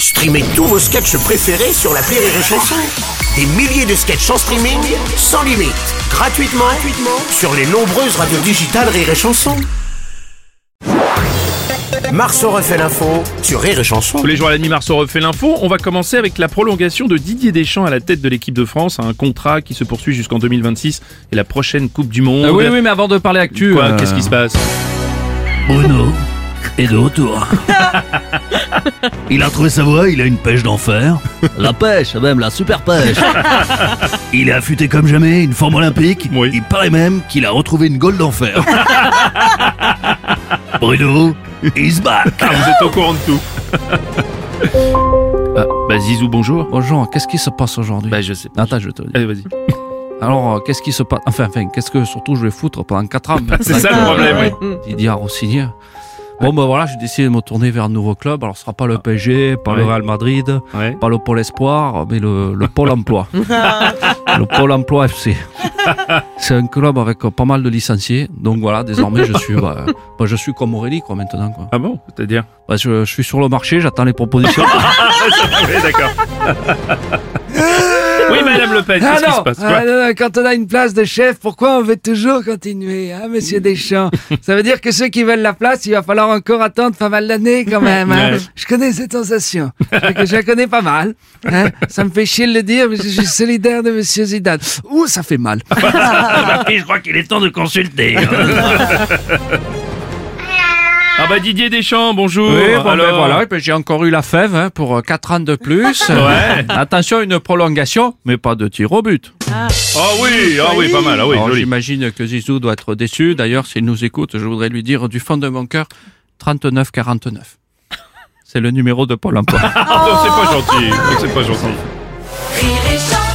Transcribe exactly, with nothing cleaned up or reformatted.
Streamez tous vos sketchs préférés sur l'appli Rire et Chanson. Des milliers de sketchs en streaming, sans limite, gratuitement, gratuitement sur les nombreuses radios digitales Rire et Chanson. Marceau refait l'info sur Rire et Chanson. Tous les jours à la demi, Marceau refait l'info. On va commencer avec la prolongation de Didier Deschamps à la tête de l'équipe de France. Un contrat qui se poursuit jusqu'en deux mille vingt-six et la prochaine Coupe du Monde. Euh, oui, oui, mais avant de parler actu... Quoi, euh... qu'est-ce qui se passe? Bruno est de retour. Il a retrouvé sa voix, il a une pêche d'enfer. La pêche, même la super pêche. Il est affûté comme jamais, une forme olympique. Oui. Il paraît même qu'il a retrouvé une gaule d'enfer. Bruno is back. Ah, vous êtes au courant de tout. Ah, bah Zizou, bonjour. Bonjour, qu'est-ce qui se passe aujourd'hui? Bah je sais pas. Attends, je te le dis. Allez, vas-y. Alors, euh, qu'est-ce qui se passe? Enfin, enfin, qu'est-ce que surtout je vais foutre pendant quatre ans? C'est ça le problème, oui. Didier a re-signé. Bon, ben voilà, j'ai décidé de me tourner vers un nouveau club. Alors, ce sera pas le P S G, pas Ouais. le Real Madrid, Ouais. pas le Pôle Espoir, mais le, le Pôle Emploi. Le Pôle Emploi F C. C'est un club avec euh, pas mal de licenciés. Donc voilà, désormais, je suis, bah, bah, je suis comme Aurélie, quoi, maintenant, quoi. Ah bon, c'est-à-dire? Bah, je, je suis sur le marché, j'attends les propositions. Oui, d'accord. Oui, Madame Le Pen, qu'est-ce qui se passe? Quoi? Ah non, non, quand on a une place de chef, pourquoi on veut toujours continuer, hein, monsieur Deschamps? Ça veut dire que ceux qui veulent la place, il va falloir encore attendre pas mal d'années quand même. Hein. Ouais. Je connais cette sensation. Je, je la connais pas mal. Hein. Ça me fait chier de le dire, mais je suis solidaire de monsieur Zidane. Ouh, ça fait mal. Je crois qu'il est temps de consulter. Ah bah Didier Deschamps, bonjour. Oui, bon, Alors... ben voilà, et puis j'ai encore eu la fève hein, pour quatre ans de plus. Ouais. Attention, une prolongation, mais pas de tir au but. Ah oui, ah oui, pas mal, ah oui, Alors, joli. j'imagine que Zizou doit être déçu. D'ailleurs, s'il nous écoute, je voudrais lui dire du fond de mon cœur, trente-neuf quarante-neuf. C'est le numéro de Pôle emploi. Ah non, c'est pas gentil, c'est pas gentil. Rire et chanson.